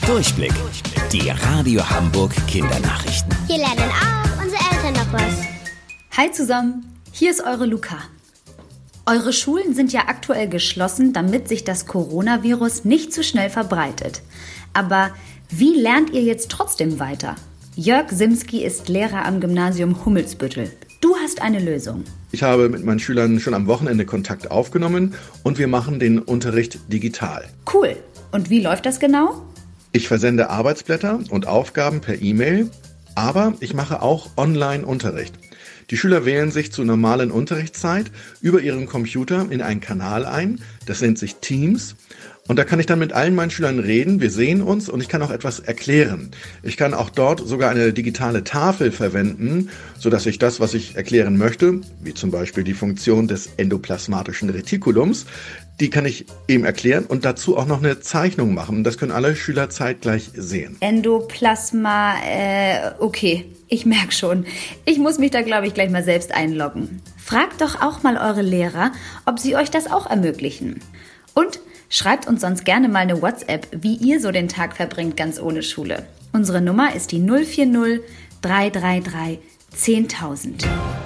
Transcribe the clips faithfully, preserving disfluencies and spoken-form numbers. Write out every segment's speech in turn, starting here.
Durchblick. Die Radio Hamburg Kindernachrichten. Hier lernen auch unsere Eltern noch was. Hi zusammen, hier ist eure Luca. Eure Schulen sind ja aktuell geschlossen, damit sich das Coronavirus nicht zu schnell verbreitet. Aber wie lernt ihr jetzt trotzdem weiter? Jörg Simski ist Lehrer am Gymnasium Hummelsbüttel. Du hast eine Lösung. Ich habe mit meinen Schülern schon am Wochenende Kontakt aufgenommen und wir machen den Unterricht digital. Cool. Und wie läuft das genau? Ich versende Arbeitsblätter und Aufgaben per E-Mail, aber ich mache auch Online-Unterricht. Die Schüler wählen sich zur normalen Unterrichtszeit über ihren Computer in einen Kanal ein, das nennt sich Teams. Und da kann ich dann mit allen meinen Schülern reden, wir sehen uns und ich kann auch etwas erklären. Ich kann auch dort sogar eine digitale Tafel verwenden, sodass ich das, was ich erklären möchte, wie zum Beispiel die Funktion des endoplasmatischen Retikulums, die kann ich eben erklären und dazu auch noch eine Zeichnung machen. Das können alle Schüler zeitgleich sehen. Endoplasma, äh, okay, ich merke schon. Ich muss mich da, glaube ich, gleich mal selbst einloggen. Fragt doch auch mal eure Lehrer, ob sie euch das auch ermöglichen. Und schreibt uns sonst gerne mal eine WhatsApp, wie ihr so den Tag verbringt, ganz ohne Schule. Unsere Nummer ist die null vier null drei drei drei zehntausend.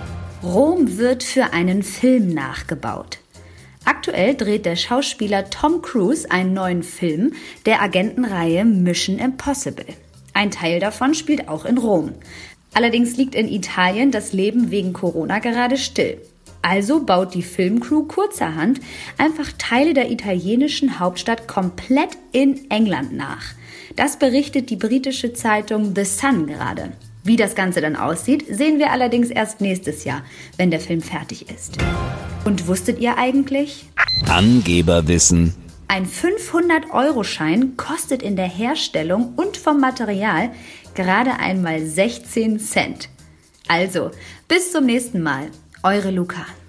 Rom wird für einen Film nachgebaut. Aktuell dreht der Schauspieler Tom Cruise einen neuen Film der Agentenreihe Mission Impossible. Ein Teil davon spielt auch in Rom. Allerdings liegt in Italien das Leben wegen Corona gerade still. Also baut die Filmcrew kurzerhand einfach Teile der italienischen Hauptstadt komplett in England nach. Das berichtet die britische Zeitung The Sun gerade. Wie das Ganze dann aussieht, sehen wir allerdings erst nächstes Jahr, wenn der Film fertig ist. Und wusstet ihr eigentlich? Angeberwissen. Ein fünfhundert-Euro-Schein kostet in der Herstellung und vom Material gerade einmal sechzehn Cent. Also, bis zum nächsten Mal. Eure Luca.